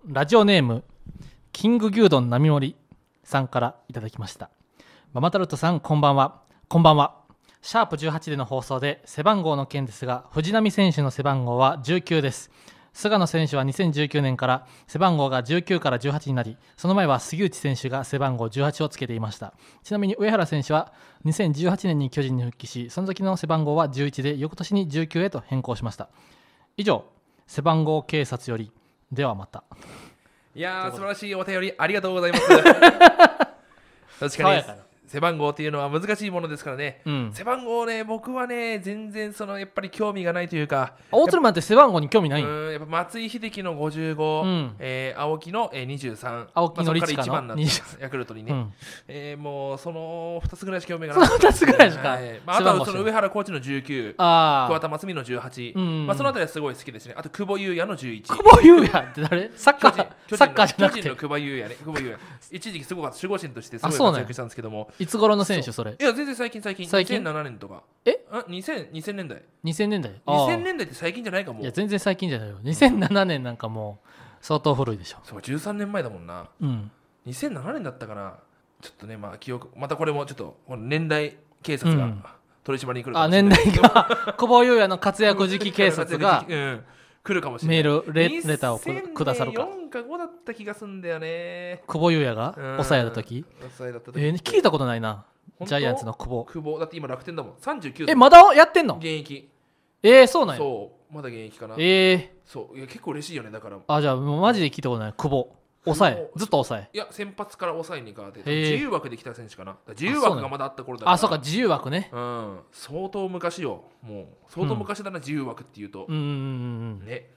ラジオネームキング牛丼並盛さんからいただきました。ママタルトさん、こんばんは。こんばんは。シャープ18での放送で背番号の件ですが、藤浪選手の背番号は19です。菅野選手は2019年から背番号が19から18になり、その前は杉内選手が背番号18をつけていました。ちなみに上原選手は2018年に巨人に復帰し、その時の背番号は11で翌年に19へと変更しました。以上、背番号警察より。ではまた。 いやー、素晴らしいお便りありがとうございます確かに背番号っていうのは難しいものですからね、背番号ね、僕はね全然やっぱり興味がないというか。 大鶴マンって背番号に興味ない？ やっぱ松井秀喜の55、青木の23、 青木のリチカの 1番になったヤクルトにね、もうその2つぐらいしか興味がない。 その2つぐらいしか、 あとはその上原コーチの19、桑田真澄の18、そのあたりはすごい好きですね。あと久保優也の11。 久保優也って誰？サッカーじゃなくて巨人の久保優也ね。久保優也一時期すごかった守護神としてすごい活躍したんですけども。 いつ頃の選手それ？ いや全然最近2007年とか。2000年代 2000年代 2000年代って最近じゃないかも。 いや全然最近じゃないよ。2007年なんかもう相当古いでしょ。 そう13年前だもんな。2007年だったかな。ちょっとね、記憶またこれもちょっとこの年代警察が取り締まりに来るかもしれない。 年代が久保優也の活躍時期警察が来るかもしれない。 メールレターをくださるか。 4か5だった気がすんだよね。 久保優也が抑えだった時。聞いたことないな。ジャイアンツの久保だって今楽天だもん。39歳。 まだやってんの？ 現役。 そうなんや。 そうまだ現役かな。そういや結構嬉しいよね。だからじゃあもうマジで聞いたことない。久保抑えずっと抑え。 いや先発から抑えに変わって自由枠で来た選手かな。自由枠がまだあった頃だから。 そうか自由枠ね。 相当昔よ。もう相当昔だな、自由枠っていうとね。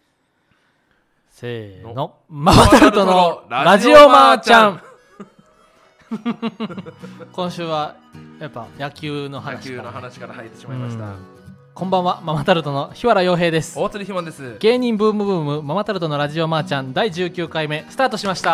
せーの、ママタルトのラジオマーちゃん今週はやっぱ野球の話から入ってしまいました。 こんばんは、ママタルトの日原洋平です。 大鶴ひまんです。 芸人ブームブームママタルトのラジオマーちゃん第19回目スタートしました。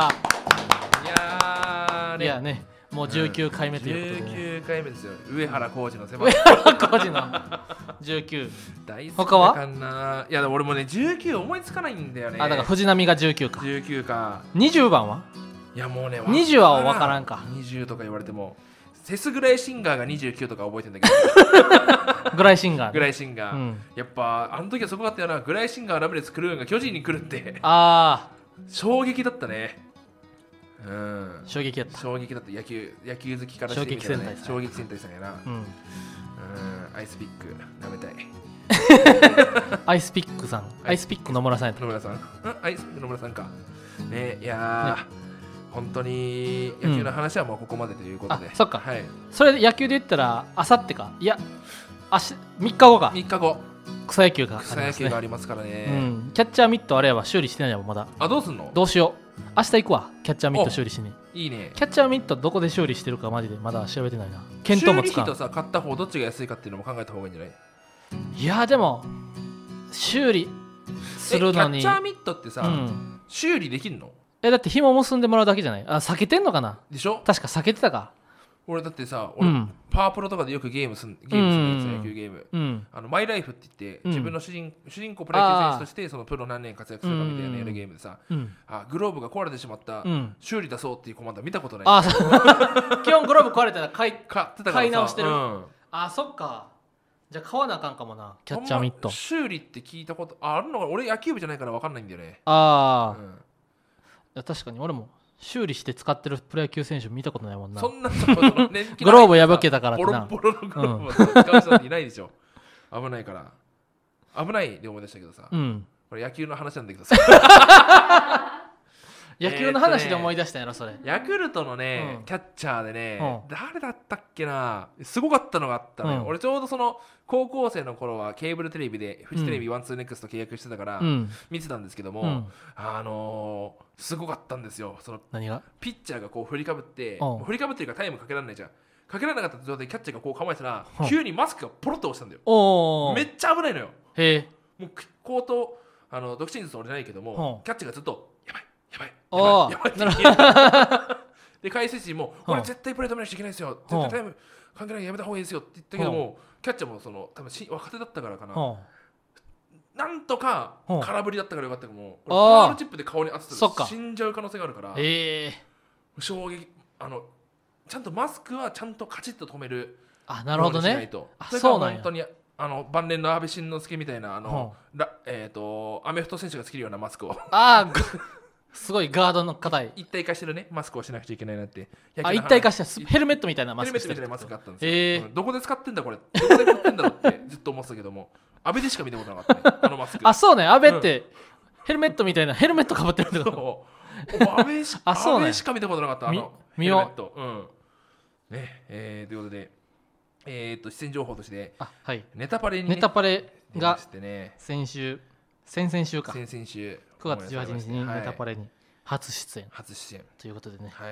いやね、もう19回目ということで、 19回目ですよ。上原浩二の背番号。 上原浩二の19。他は？ いや俺もね19思いつかないんだよね。 だから藤浪が19か。 19か。 20番は？ いやもうね 20は分からんか。 20とか言われてもセスグライシンガーが29とか覚えてんだけどグライシンガー、やっぱあの時はすごかったよな。グライシンガーラブレスクルーンが巨人に来るって衝撃だったね。 衝撃だった野球好きからしてみたらね。衝撃戦隊さんやな。アイスピック舐めたいアイスピックさん、アイスピック野村さんやった。 アイスピック野村さんかね。いや本当に野球の話はもうここまでということで。 そっか、それで野球で言ったらあさってか、いや3日後か。 3日後草野球がありますからね。 キャッチャーミットあれは修理してないやもんまだ。 どうすんの？ どうしよう。明日行くわ、キャッチャーミット修理しに。 いいね。 キャッチャーミットどこで修理してるかマジでまだ調べてないな。見当もつかん。 修理費とさ買った方どっちが安いかっていうのも考えた方がいいんじゃない？ いやでも修理するのにキャッチャーミットってさ、修理できんの？ だって紐結んでもらうだけじゃない？避けてんのかな？ でしょ？ 確か避けてたか。 俺だってさ、パワープロとかでよくゲームするんですよ、野球ゲーム。マイライフって言って、自分の主人公プロ野球選手としてそのプロ何年活躍するかみたいなやるゲームでさ、グローブが壊れてしまった、修理出そうっていうコマンド見たことない。 基本グローブ壊れたら買い直してる。そっか。じゃあ買わなあかんかもな、キャッチャーミット。 修理って聞いたことあるのかな？俺野球部じゃないから分かんないんだよね。 確かに俺も修理して使ってるプロ野球選手見たことないもんな。 そんなグローブ破けたからってな。 ボロボロのグローブを使う人っていないでしょ。危ないから。危ないで思い出したけどさ、これ野球の話なんだけどさ野球の話で思い出したんやろそれ。 ヤクルトのね、キャッチャーでね、誰だったっけな、すごかったのがあったね。俺ちょうどその高校生の頃はケーブルテレビでフジテレビ12ネクスト契約してたから見てたんですけども、すごかったんですよ。その何が？ ピッチャーがこう振りかぶって振りかぶってるからタイムかけられないじゃん。かけられなかった状態でキャッチャーがこう構えてたら急にマスクがポロッと落ちたんだよ。めっちゃ危ないのよ。もう口頭独身術は俺ないけども、キャッチャーがずっとやばいで解説陣もこれ絶対プレー止めなきゃいけないですよ、絶対タイム関係ないやめた方がいいですよって言ったけども、キャッチャーもその多分若手だったからかな、 なんとか空振りだったからよかったけども、これパールチップで顔に当てたら死んじゃう可能性があるから、衝撃ちゃんとマスクはちゃんとカチッと止める。 なるほどね。 そうなんや。本当に晩年の安倍晋之助みたいなアメフト選手がつけるようなマスクをすごいガードの硬い一体化してるねマスクをしなくちゃいけないなって。 一体化したヘルメットみたいなマスクしてる。ヘルメットみたいなマスクがあったんですよ。どこで使ってんだこれ、どこで買ってんだろうってずっと思ってたけども、安倍でしか見たことなかったね、あのマスク。 そうね、安倍ってヘルメットみたいなヘルメットかぶってるってこと。 安倍しか見たことなかった、ヘルメット。ね、ということで、出演情報として、ネタパレが先々週か、 先々週 9月18日にネタパレに初出演ということでね、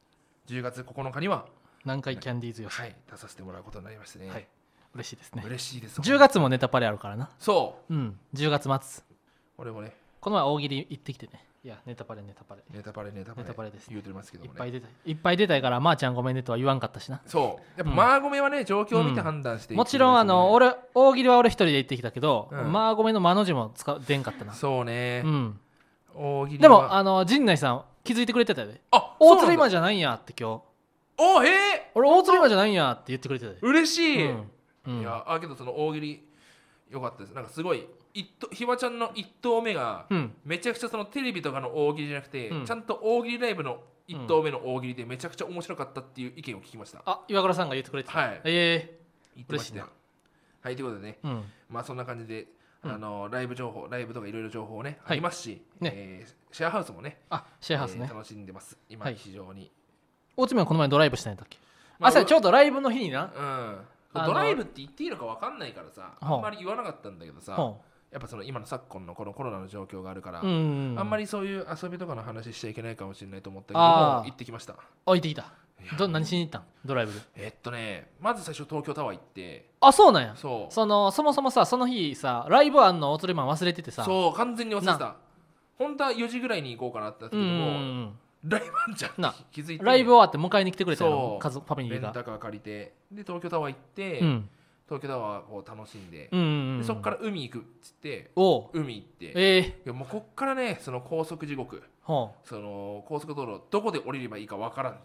10月9日には南海キャンディーズよし出させてもらうことになりましてね、 嬉しいですね。 嬉しいです。 10月もネタパレあるからな。 そう、 10月末俺もね、 この前大喜利行ってきてね、いやネタパレです。 言うてますけどもね、 いっぱい出たいから、まーちゃんごめんねとは言わんかったしな。 そうやっぱマーゴメはね、状況を見て判断して、 もちろん俺大喜利は俺一人で行ってきたけど、マーゴメの間の字も出んかったな。 そうね、 大喜利でも陣内さん気づいてくれてたよね。大鶴今じゃないんやって今日。俺大鶴今じゃないんやって言ってくれてたよ。 嬉しい。いやけどその大喜利よかったです。なんかすごいひわちゃんの1投目がめちゃくちゃそのテレビとかの大喜利じゃなくて、ちゃんと大喜利ライブの1投目の大喜利でめちゃくちゃ面白かったっていう意見を聞きました。 岩倉さんが言ってくれてた。 言ってましたよ。ということでね、まあそんな感じでライブとかいろいろ情報ねありますし、シェアハウスもね、楽しんでます今非常に。 大津はこの前ドライブしたんだっけ。朝ちょうどライブの日にな。 ドライブって言っていいのか分かんないからさ、あんまり言わなかったんだけどさ、やっぱその今の昨今のこのコロナの状況があるから、あんまりそういう遊びとかの話しちゃいけないかもしれないと思ったけども、行ってきました。 行ってきた。何しに行ったんドライブで。まず最初東京タワー行って。 そうなんや。そもそもさ、その日さライブあんのおつれマン忘れててさ。 そう完全に忘れてた。本当は4時ぐらいに行こうかなって言ったけども、ライブあんじゃん気づいて、 ライブ終わって迎えに来てくれたよ、ファミリーが。 レンタカー借りてで東京タワー行って、東京タワーを楽しんで、でそこから海行くっつって海行って、いやもうこっからね、その高速地獄、その高速道路どこで降りればいいかわからんっていう。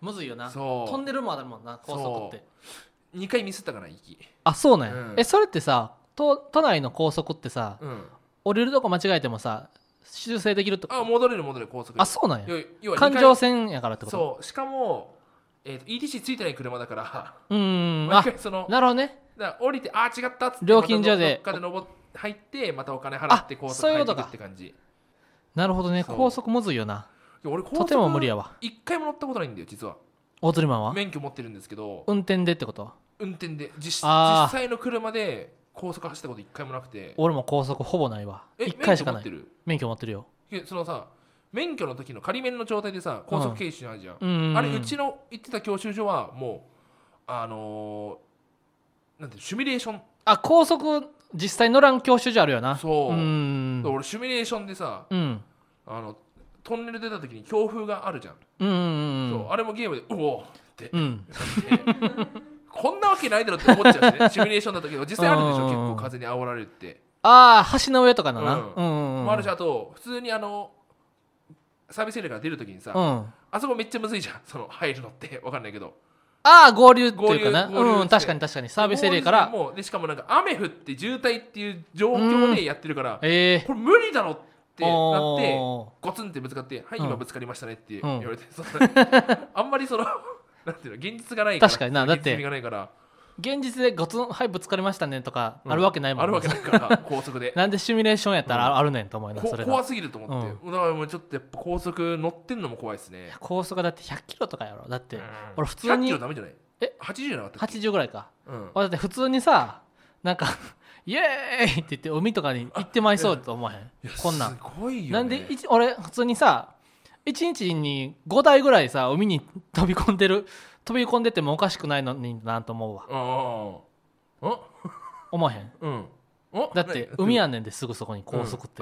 むずいよな。トンネルもあるもんな、高速って。 2回ミスったかな行き。 そうなんや。それってさ都内の高速ってさ、降りるとこ間違えてもさ修正できるとか。 戻れる高速。 そうなんや。環状線やからってこと。 そうしかもETC ついてない車だからなるほどね。 だから降りて違ったっつって料金所でどっかで入ってまたお金払って高速入っていくって感じ。 なるほどね。高速むずいよな。俺とても無理やわ。 一回も乗ったことないんだよ実は。 大鶴マンは免許持ってるんですけど。 運転でってこと。 運転で実際の車で高速走ったこと一回もなくて。 俺も高速ほぼないわ。一回しかない。免許持ってるよ。 そのさ免許の時の仮免の状態でさ高速研修あるじゃん。あれうちの行ってた教習所はもうなんてシミュレーション。 高速実際乗らん教習所あるよな。 そう俺シミュレーションでさ、トンネル出た時に強風があるじゃん。そうあれもゲームでうおーって、こんなわけないだろって思っちゃうしねシミュレーションだったけど実際あるでしょ結構風に煽られるって。 橋の上とかのな。 あるし、あと普通にサービスエリアから出るときにさ、あそこめっちゃむずいじゃん、その入るのって分かんないけど。 合流っていうかな。確かにサービスエリアからしかもなんか雨降って渋滞っていう状況でやってるから、これ無理だろってなってゴツンってぶつかってはい今ぶつかりましたねって言われて、あんまりそのなんていうの現実がないから。 確かにな。だって現実でゴツンはいぶつかりましたねとかあるわけないもん。 あるわけないから高速でなんでシミュレーションやったらあるねんと思いな。それ怖すぎると思って。だからもうちょっとやっぱ高速乗ってんのも怖いですね。 高速だって100キロとかやろ。だって俺普通に 100キロダメじゃない？80じゃなかったっけ ？80ぐらいか。だって普通にさなんかイエーイって言って海とかに行ってまいそうと思わへん？こんなんすごいよね。 なんで俺普通にさ1日に5台ぐらいさ海に飛び込んでてもおかしくないのになと思うわ。思わへん？だって海やねんですぐそこに高速って。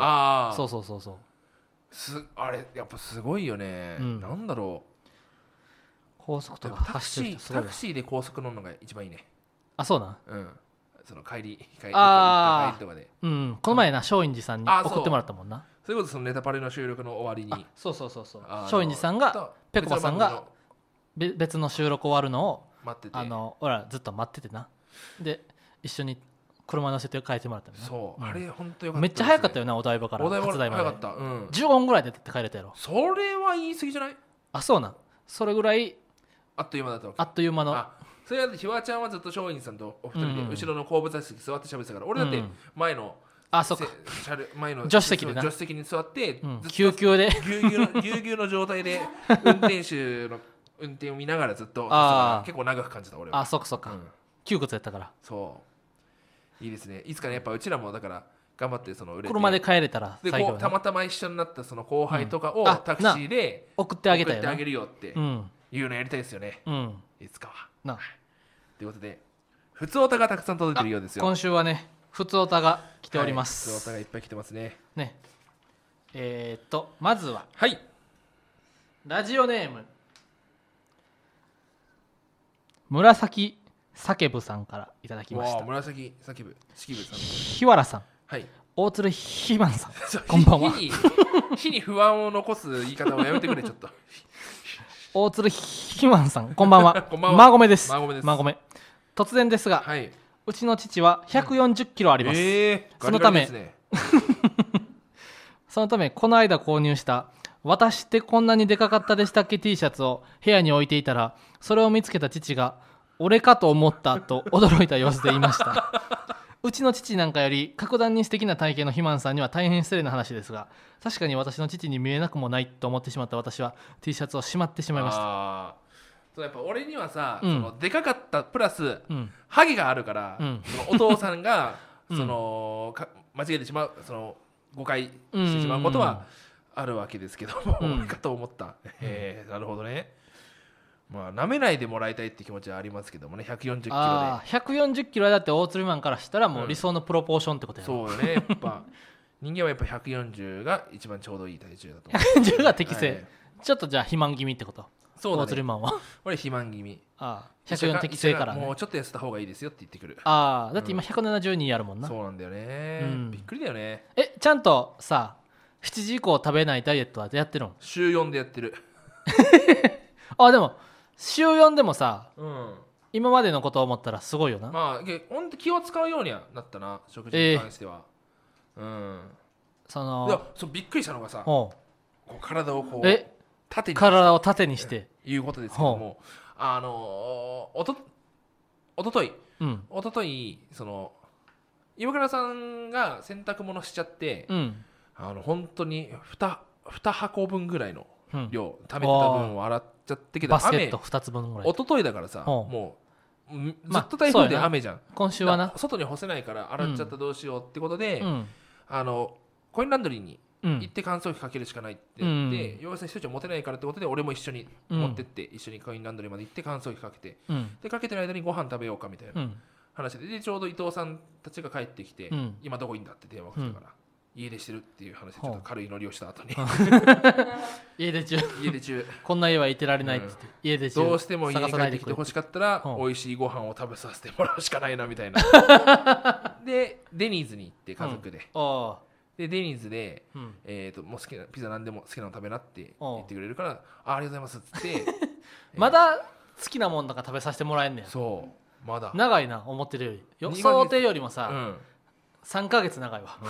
そうあれやっぱすごいよね。なんだろう、高速とか走ってる人すごい。タクシーで高速乗るのが一番いいね。 そうなん。 その帰りとかで、 この前な松陰寺さんに送ってもらったもんな。 それこそそのネタパレの収録の終わりにそう松陰寺さんがぺこぱさんが別の収録終わるのを待ってて、 俺らずっと待っててな。で一緒に車乗せて帰ってもらったね。 そう、あれ本当よかった、 めっちゃ早かったよな、お台場から初台まで。 早かった、 15分ぐらいで帰れたやろ。 それは言い過ぎじゃない？ そうなん。それぐらいあっという間だったわけ。 あっという間の。 それだってひわちゃんはずっと松陰寺さんとお二人で後ろの後部座席座って喋ってたから、俺だって前の前の助手席に座って、 救急でぎゅうぎゅうの状態で運転手の運転を見ながらずっと結構長く感じた俺は。 そっか、窮屈やったから。 そういいですね。いつかねやっぱうちらもだから頑張ってその売れて車で帰れたらでこうたまたま一緒になったその後輩とかをタクシーで送ってあげるよっていうのやりたいですよね、いつかはな。ということでふつおたがたくさん届いてるようですよ。 今週はねふつおたが来ております。 ふつおたがいっぱい来てますね。 まずはラジオネーム紫叫ぶさんからいただきました。 紫叫ぶさん、 日原さん、大鶴ひまんさん、こんばんは。 火に不安を残す言い方をやめてくれちょっと。 大鶴ひまんさん、こんばんは。マーゴメです。突然ですが、うちの父は140キロあります。そのためこの間購入した私ってこんなにでかかったでしたっけ T シャツを部屋に置いていたら、それを見つけた父が俺かと思ったと驚いた様子で言いました。うちの父なんかより格段に素敵な体型の肥満さんには大変失礼な話ですが、確かに私の父に見えなくもないと思ってしまった私は T シャツをしまってしまいました。 そうやっぱ俺にはさ、そのでかかったプラス、ハゲがあるから、そのお父さんがその間違えてしまう、その誤解してしまうことはあるわけですけども、俺かと思った。なるほどね。まあ舐めないでもらいたいって気持ちはありますけどもね。140キロで 140キロだって大鶴マンからしたらもう理想のプロポーションってことやろ。 そうよね。やっぱ人間はやっぱ140が一番ちょうどいい体重だと思う。140が適正、ちょっとじゃあ肥満気味ってこと。 そうだね、 大鶴マンは俺肥満気味。 140適正から、 もうちょっと痩せた方がいいですよって言ってくる。 だって今172やるもんな。 そうなんだよね、びっくりだよね。 ちゃんとさ7時以降食べないダイエットはやってるの？ 週4でやってる。 でも週4でもさ、今までのことを思ったらすごいよな。 まあほんと気を使うようにはなったな、食事に関しては。びっくりしたのがさ、こう体をこう体を縦にしていうことですけども、おとといその岩倉さんが洗濯物しちゃって、本当に2箱分ぐらいの量、食べてた分を洗っちゃってけど、 バスケット2つ分ぐらい。 一昨日だからさ、もうずっと台風で雨じゃん。 今週はな、 外に干せないから洗っちゃったどうしようってことで、コインランドリーに行って乾燥機かけるしかないって言って、岩井さん一人じゃ持てないからってことで俺も一緒に持ってって、一緒にコインランドリーまで行って乾燥機かけて、でかけてる間にご飯食べようかみたいな話で、ちょうど伊藤さんたちが帰ってきて、今どこいんだって電話かけたから、家出してるっていう話でちょっと軽いノリをした後に家出中こんな家はいてられないって言って、家出中どうしても家に帰ってきてほしかったら美味しいご飯を食べさせてもらうしかないなみたいな。でデニーズに行って家族で、でデニーズで、もう好きなピザ何でも好きなの食べなって言ってくれるから、ありがとうございますっつってまだ好きなもんとか食べさせてもらえんねん。 そうまだ長いな、思ってるより想定よりもさ、3ヶ月長いわ。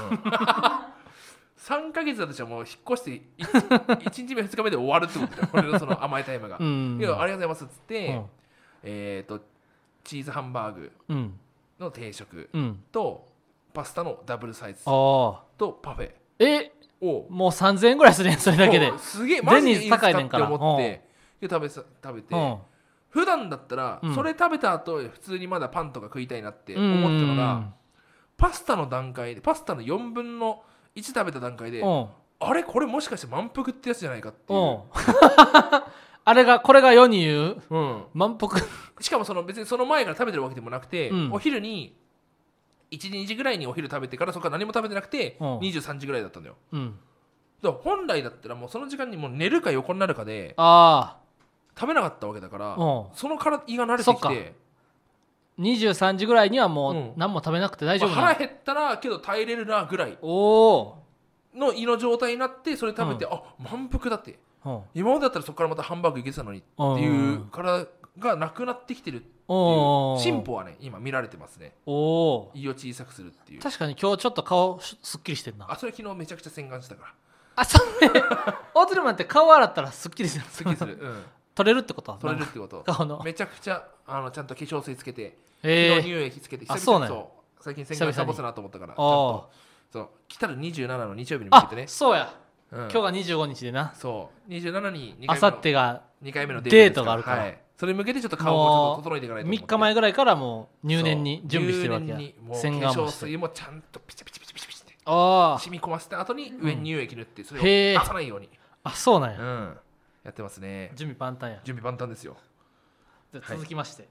3ヶ月だとしたらもう引っ越して1日目2日目で終わるってことだよ、俺のその甘いタイムが。ありがとうございますっつって、チーズハンバーグの定食とパスタのダブルサイズとパフェをもう3000円ぐらいするやん、それだけで。 すげえマジでいいんすか高いねんからって思って食べて、普段だったらそれ食べた後普通にまだパンとか食いたいなって思ったのが、パスタの段階でパスタの4分の1食べた段階で、あれこれもしかして満腹ってやつじゃないかっていう。これが世に言う、満腹。 しかも別にその前から食べてるわけでもなくて、お昼に1、2時ぐらいにお昼食べてからそこから何も食べてなくて23時ぐらいだったんだよ。だから本来だったらもうその時間にもう寝るか横になるかで食べなかったわけだから、その胃が慣れてきて 23時ぐらいにはもう何も食べなくて大丈夫なの、 腹減ったらけど耐えれるなぐらいおの胃の状態になってそれ食べて、あ満腹だって、今までだったらそこからまたハンバーグいけてたのにっていうからがなくなってきてるっていう進歩はね今見られてますね。胃を小さくするっていう。 確かに今日ちょっと顔すっきりしてんな。 それ昨日めちゃくちゃ洗顔したから。 そうねオートルマンって顔洗ったらすっきりする。 すっきりする、 取れるってこと？ 取れるってこと。 顔のめちゃくちゃちゃんと化粧水つけて、 乳液つけて、 そうね。 最近洗顔サボすなと思ったから、ちゃんとそう来たる27の日曜日に向けてね。 そうや、今日が25日でな。 そう27にあさってが 2回目のデートがあるから、 それに向けてちょっと顔をちょっと整えていかないと思って。 3日前ぐらいからもう入念に準備してるわけや。 洗顔もして化粧水もちゃんとピチピチピチピチって染み込ませた後に上に乳液塗ってそれを出さないように。 そうなんや、 やってますね。 準備万端や。 準備万端ですよ。 続きまして、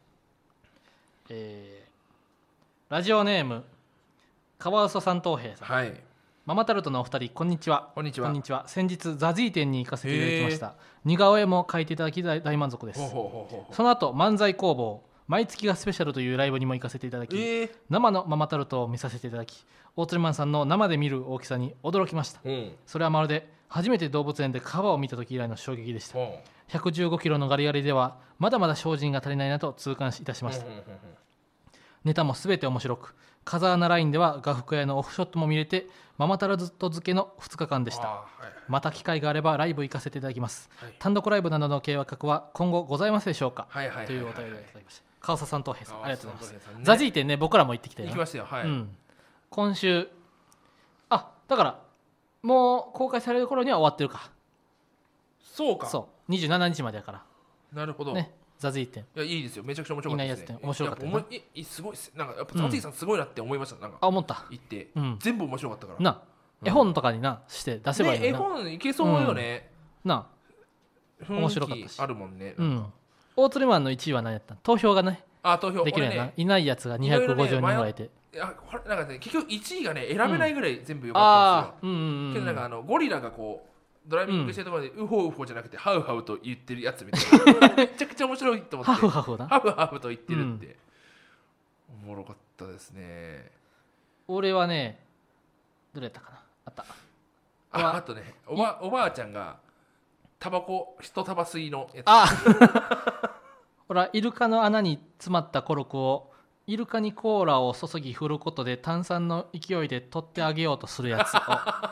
ラジオネームカワウソ三等兵さん、ママタルトのお二人こんにちは。 こんにちは。 先日ザジー店に行かせていただきました。似顔絵も描いていただき大満足です。その後漫才工房毎月がスペシャルというライブにも行かせていただき、生のママタルトを見させていただき、オートリマンさんの生で見る大きさに驚きました。それはまるで初めて動物園でカバを見た時以来の衝撃でした。115キロのガリガリではまだまだ精進が足りないなと痛感いたしました。ネタもすべて面白く、風穴ラインでは画幅屋のオフショットも見れてママタルト漬けの2日間でした。また機会があればライブ行かせていただきます。単独ライブなどの計画は今後ございますでしょうか、というお便りをいただきました。川佐さんと平さんありがとうございます。ザジー店ね、僕らも行ってきて、 行きましたよ。 今週だからもう公開される頃には終わってるか。 そうか。 そう27日までやから。 なるほどね。ザジー店いいですよ。めちゃくちゃ面白かったですね。 面白かったね。 すごいっす。なんかやっぱザジーさんすごいなって思いました。なんか思った。 行って全部面白かったから。 な絵本とかになして出せばいいのな。 絵本いけそうよね。 な面白かったし。 あるもんね。 オートリマンの1位は何やったの？投票がね。投票できるやな。いないやつが250人ぐらいいて。 なんかね、結局1位がね選べないぐらい全部良かったんですよ。けどなんかゴリラがこうドライビングしてるところでウホウホじゃなくてハウハウと言ってるやつみたいなめちゃくちゃ面白いと思って。ハウハウだ。 ハウハウと言ってるって、おもろかったですね。 俺はねどれやったかな。 あとねおばあちゃんがタバコ一束吸いのやつ。 ほらイルカの穴に詰まったコルクをイルカにコーラを注ぎ振ることで炭酸の勢いで取ってあげようとするやつを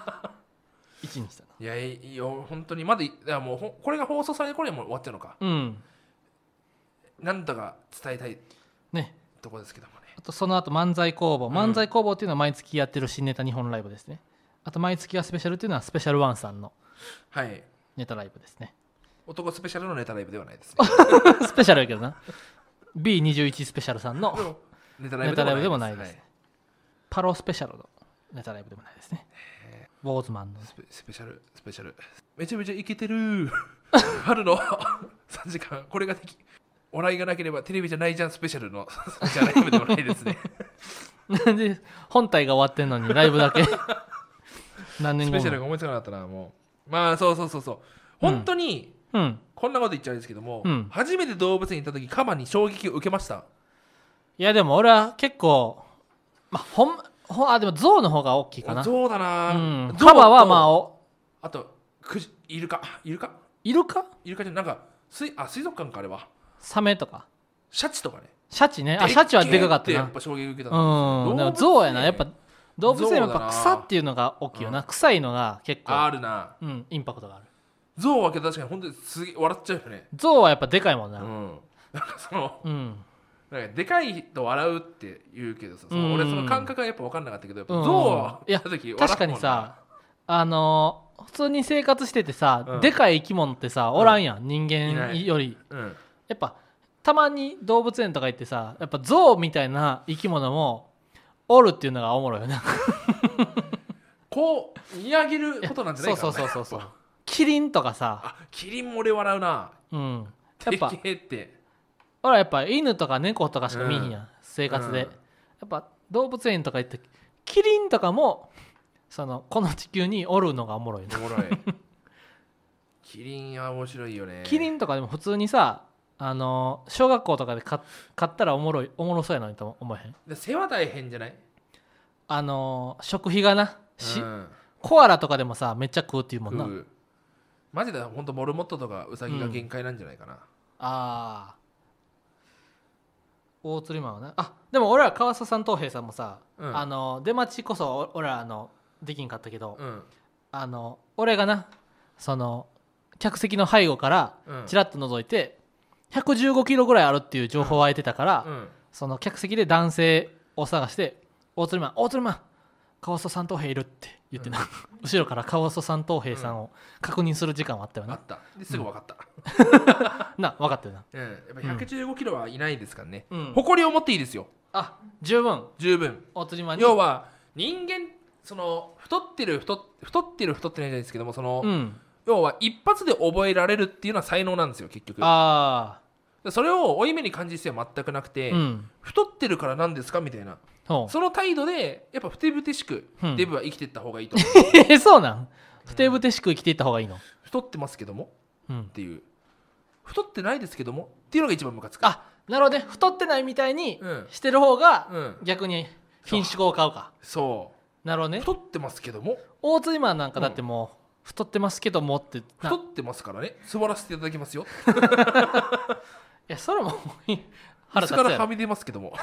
1にしたの。 いや本当にまだもうこれが放送される頃にはもう終わっちゃうのか。なんとか伝えたいねとこですけどもね。 あとその後漫才工房っていうのは毎月やってる新ネタ2本ライブですね。あと毎月がスペシャルっていうのはスペシャルワンさんのネタライブですね。 男スペシャルのネタライブではないですねスペシャルやけどな。 B21 スペシャルさんのネタライブでもないです、パロスペシャルのネタライブでもないですね。ウォーズマンのスペシャルめちゃめちゃイケてる春の3時間これができ笑いがなければテレビじゃないじゃんスペシャルのスペシャルライブでもないですねなんで本体が終わってんのにライブだけ何年後スペシャルが思いつかなかったな。もうまあそう本当に、こんなこと言っちゃうんですけども、初めて動物園に行った時カバに衝撃を受けました。 いやでも俺は結構でもゾウの方が大きいかな。 ゾウだな、 カバはあとイルカじゃなんか水族館かあれはサメとかシャチとかね。 シャチはでかかったな。 やっぱ衝撃受けたんですよ。ゾウやな。やっぱ動物園はやっぱ草っていうのが大きいよな。臭いのが結構あるな。 インパクトがある。 ゾウはけど確かに本当にすげえ笑っちゃうよね。 ゾウはやっぱでかいもんな。 なんかなんかでかいと笑うって言うけどさ、俺その感覚がやっぱ分かんなかったけど、ゾウはやった時笑うもんな。 確かにさ普通に生活しててさ、でかい生き物ってさおらんやん、人間より。やっぱたまに動物園とか行ってさ、やっぱゾウみたいな生き物もおるっていうのがおもろいよねこう見上げることなんじゃないかな。 そうキリンとかさ。 キリンも俺笑うな。 やっぱ俺はやっぱ犬とか猫とかしか見えへんやん、生活で。やっぱ動物園とか行ってキリンとかもこの地球におるのがおもろいね。 キリンは面白いよね。 キリンとかでも普通にさ小学校とかで買ったらおもろそうやのにと思えへん。 で世話大変じゃない？ 食費がな、コアラとかでもさめっちゃ食うっていうもんな。 マジでほんとモルモットとかウサギが限界なんじゃないかな。 ああ、大釣りマンはな。でも俺ら川佐さん東平さんもさ、出待ちこそ俺らできんかったけど、俺がなその客席の背後からチラッと覗いて、115キロぐらいあるっていう情報を得てたから、その客席で男性を探して大釣りマン川曽さん東平いるって言ってな、後ろから川曽さん東平さんを確認する時間はあったよね。 あったですぐ分かった、 な分かったよな、 やっぱ115キロはいないですからね、誇りを持っていいですよ。 十分大釣りマンに。要は人間その太ってる太ってないじゃないですけども、その、要は一発で覚えられるっていうのは才能なんですよ結局。それを負い目に感じる必要は全くなくて、太ってるからなんですかみたいな、その態度でやっぱふてぶてしくデブは生きていった方がいいと思う。 そうなん？ふてぶてしく生きていった方がいいの？ 太ってますけども、っていう、太ってないですけどもっていうのが一番ムカつく。 なるほどね。太ってないみたいにしてる方が逆に品種を買うか。 そうなるほどね。 太ってますけども、 大津今なんかだってもう、太ってますけどもって太ってますからね、座らせていただきますよ。 いやそれも腹立つやろ。からはみ出ますけども。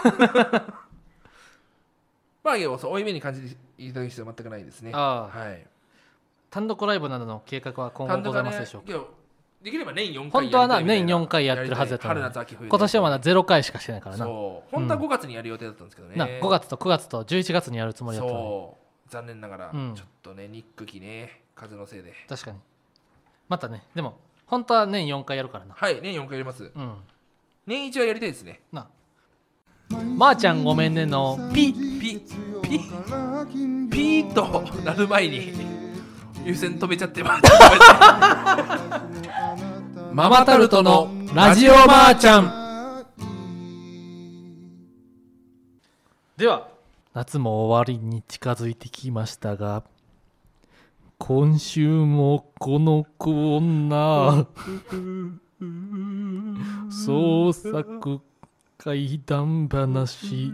まあ負い目に感じていただく必要は全くないですね。単独ライブなどの計画は今後ございますでしょうか？ できれば年4回本当はな年4回やってるはずだったのに、今年はまだ0回しかしてないからな。 本当は5月にやる予定だったんですけどね、 5月と9月と11月にやるつもりだったのに、残念ながらちょっとねニック期ね、風のせいで。 確かにまたね、でも本当は年4回やるからな。 はい年4回やります、年1はやりたいですね。 まーちゃんごめんねのピーとなる前に優先止めちゃってママタルトのラジオまーちゃん。では夏も終わりに近づいてきましたが、今週もこのコーナー創作怪談話キャ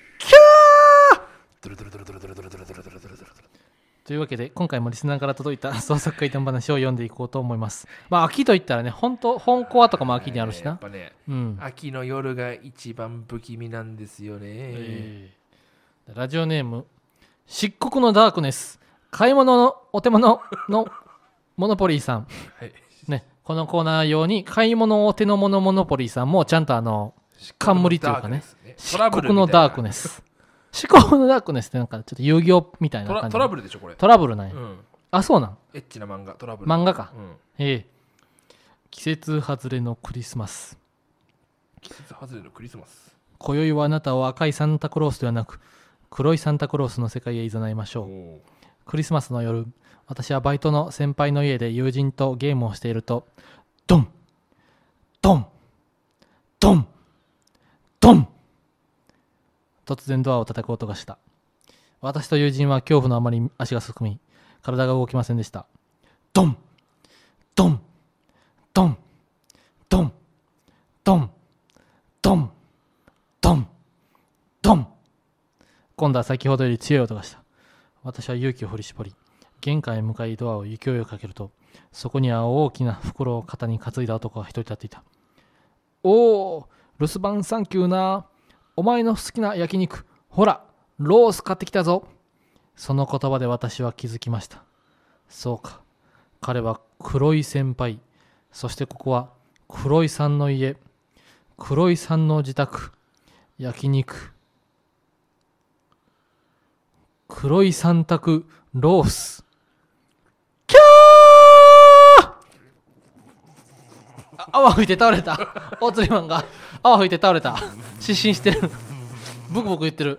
ーというわけで今回もリスナーから届いた創作怪談話を読んでいこうと思います。秋といったらね、本コアとかも秋にあるしな。 やっぱね、秋の夜が一番不気味なんですよね。 ラジオネーム漆黒のダークネス、買い物のお手物のモノポリーさん、このコーナー用に買い物お手の物モノポリーさんもちゃんと冠というかね、漆黒のダークネス、漆黒のダークネスってなんかちょっと遊戯王みたいな感じ。 トラブルでしょこれ。 トラブルなんや、そうなん。 エッチな漫画、トラブル漫画か、季節外れのクリスマス。 季節外れのクリスマス。 今宵はあなたを赤いサンタクロースではなく黒いサンタクロースの世界へ誘いましょう。クリスマスの夜、私はバイトの先輩の家で友人とゲームをしていると、ドンドンドンドン、突然ドアを叩く音がした。私と友人は恐怖のあまり足がすくみ、体が動きませんでした。ドンドンドンドンドンドンドンドン、今度は先ほどより強い音がした。私は勇気を振り絞り玄関へ向かいドアを勢いをかけると、そこには大きな袋を肩に担いだ男が一人立っていた。おー、留守番サンキューな。お前の好きな焼肉、ほらロース買ってきたぞ。その言葉で私は気づきました。そうか、彼は黒い先輩、そしてここは黒井さんの家、黒井さんの自宅、焼肉、黒い三択ロース。キャー、泡吹いて倒れた。大釣りマンが泡吹いて倒れた。失神してる。ブクブク言ってる。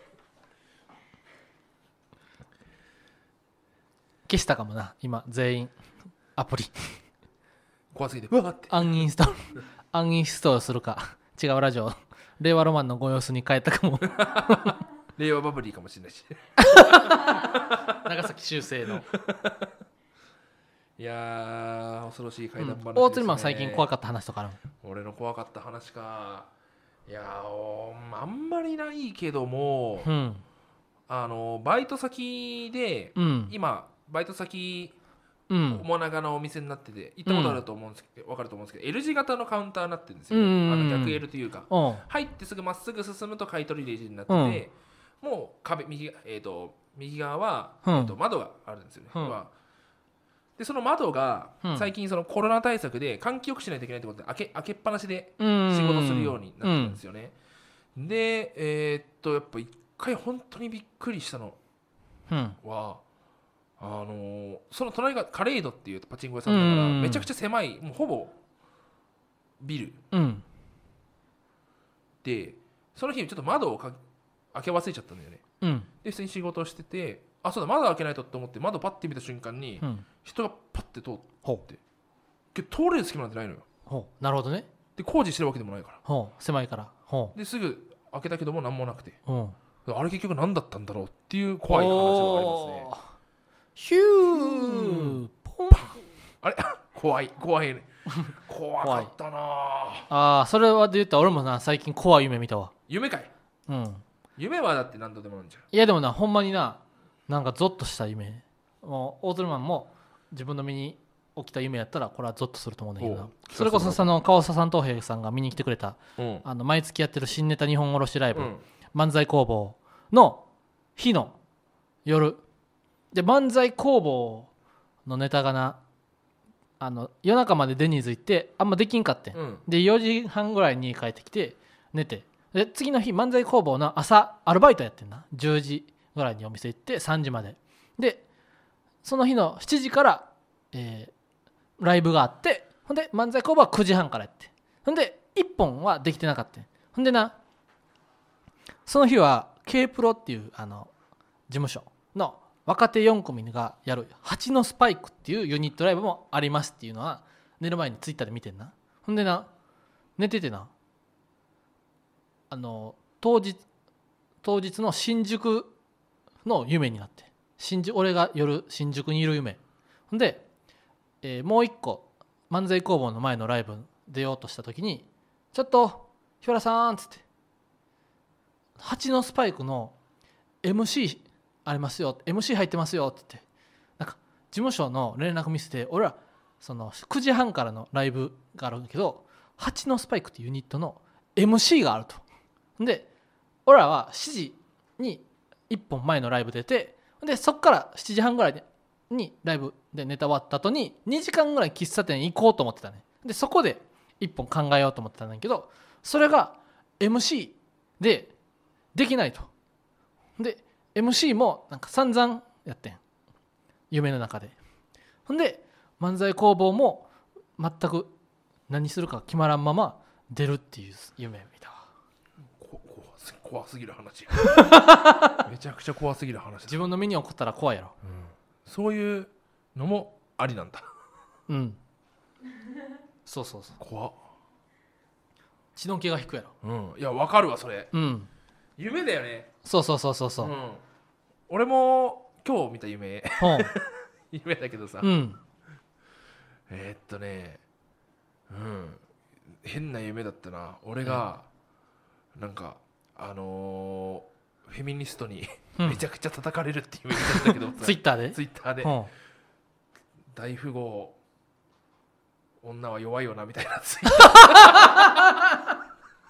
消したかもな今全員アプリ。 怖すぎてうわってアンインストールするか、違うラジオ令和ロマンのご様子に変えたかも。 令和バブリーかもしれないし。 長崎修正の。 いやー恐ろしい怪談話ですね、 大鶴マン最近怖かった話とかある？ 俺の怖かった話か。いやあんまりないけども、バイト先で、今バイト先面長のお店になってて行ったことあると思うんですけど、分かると思うんですけど L 字型のカウンターになってるんですよ、逆 L というか、入ってすぐまっすぐ進むと買い取りレジになってて、もう壁右側は、窓があるんですよね、でその窓が最近そのコロナ対策で換気よくしないといけないってことで開けっぱなしで仕事するようになってるんですよね。でやっぱ一回本当にびっくりしたのは、その隣がカレイドっていうパチンコ屋さんだからめちゃくちゃ狭い、もうほぼビル、でその日ちょっと窓を開け忘れちゃったんだよね、で普通に仕事をしてて、あそうだ窓開けないとと思って窓パッて見た瞬間に、人がパッて通ってけど通れる隙間なんてないのよ。 なるほどね。 で工事してるわけでもないから狭いから、 ですぐ開けたけども何もなくて、あれ結局何だったんだろうっていう怖い話がありますね。 ヒューポンあれ怖いね怖かったなあ。それはで言ったら俺もな最近怖い夢見たわ。 夢かい。夢はだって何度でもなんじゃん。 いやでもなほんまにな、なんかゾッとした夢、もう大鶴マンも自分の身に起きた夢やったらこれはゾッとすると思うんだけどな。それこそ川佐さん東平さんが見に来てくれた、毎月やってる新ネタ日本卸ライブ、漫才工房の日の夜で、漫才工房のネタがな夜中までデニーズ行ってあんまできんかってん、で4時半ぐらいに帰ってきて寝て、で次の日漫才工房の朝アルバイトやってんな、10時ぐらいにお店行って3時までで、その日の7時から、ライブがあって、ほんで漫才工房は9時半からやって、ほんで1本はできてなかった。ほんでな、その日は K プロっていう事務所の若手4組がやる蜂のスパイクっていうユニットライブもありますっていうのは寝る前にツイッターで見てんな。ほんでな、寝ててな、当日の新宿の夢になって、俺が夜新宿にいる夢。ほんで、もう一個漫才工房の前のライブ出ようとした時に、ちょっと日原さんっつって、蜂のスパイクの MC ありますよ、 MC 入ってますよって言って、なんか事務所の連絡見せて、俺らその9時半からのライブがあるんだけど、蜂のスパイクっていうユニットの MC があると。で俺らは7時に1本前のライブ出て、でそっから7時半ぐらいにライブでネタ終わった後に2時間ぐらい喫茶店行こうと思ってたね。でそこで1本考えようと思ってたんだけど、それが MC でできないと。で MC もなんか散々やってん、夢の中で。ほんで漫才工房も全く何するか決まらんまま出るっていう夢見たわ。 怖すぎる話めちゃくちゃ怖すぎる話。 自分の身に起こったら怖いやろ、 そういうのもありなんだ。 そう怖っ。 血の気が引くやろ。いや分かるわそれ。夢だよね。 そう、 俺も今日見た夢夢だけどさ、変な夢だったな。俺がなんかフェミニストにめちゃくちゃ叩かれるっていう夢だったけどツイッターで大富豪女は弱いよなみたいなツイッター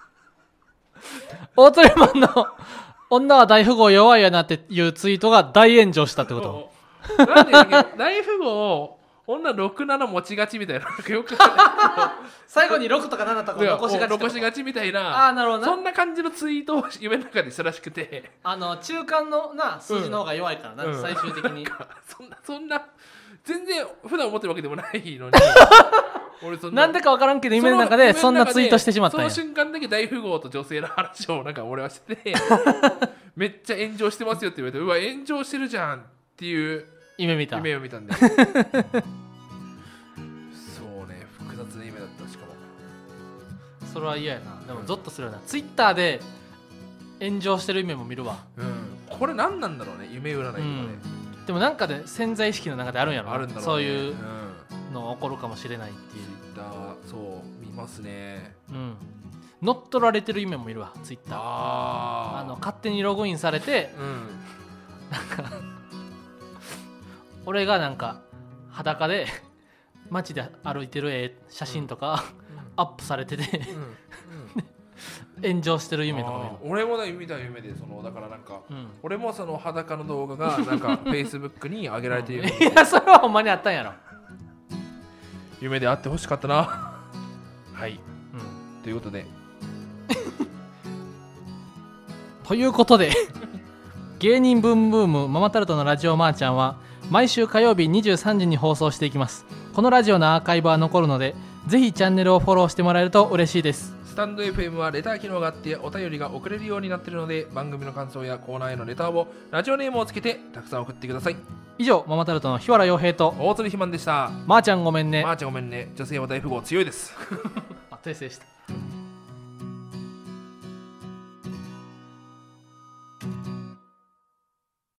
オートレマンの女は大富豪弱いよなっていうツイートが大炎上したってこと？ なんで大富豪女67持ちがちみたいな、よく最後に6とか7とか残しがちみたいな、 なるほどな、 そんな感じのツイートを夢の中でしたらしくて、 中間のな数字の方が弱いからな、最終的にそんな全然普段思ってるわけでもないのに俺なんでか分からんけど夢の中でそんなツイートしてしまったんや。 その瞬間だけ大富豪と女性の話をなんか俺はしててめっちゃ炎上してますよって言われて、うわ炎上してるじゃんっていう夢を見たんだよそうね、複雑な夢だった。しかもそれは嫌やな。でもゾッとするよな、ツイッターで炎上してる夢も見るわ。 これ何なんだろうね、夢占いとかね。 でもなんかで潜在意識の中であるんやろ。 あるんだろうね。 そういうの起こるかもしれないっていう。 ツイッターそう見ますね。 乗っ取られてる夢もいるわツイッター。勝手にログインされて、なんか俺がなんか裸で街で歩いてる写真とか、アップされてて炎上してる夢とか見る。 俺も見た夢でだからなんか、俺もその裸の動画がなんかFacebook に上げられている、 いやそれはほんまにあったんやろ。 夢であってほしかったなはい、ということでということで芸人ブームブームママタルトのラジオマーちゃんは毎週火曜日23時に放送していきます。このラジオのアーカイブは残るのでぜひチャンネルをフォローしてもらえると嬉しいです。 スタンド FM はレター機能があってお便りが送れるようになっているので、番組の感想やコーナーへのレターをラジオネームをつけてたくさん送ってください。 以上ママタルトの日原洋平と大鶴ひまんでした。 まーちゃんごめんね。 まーちゃんごめんね。女性は大富豪強いです訂正した。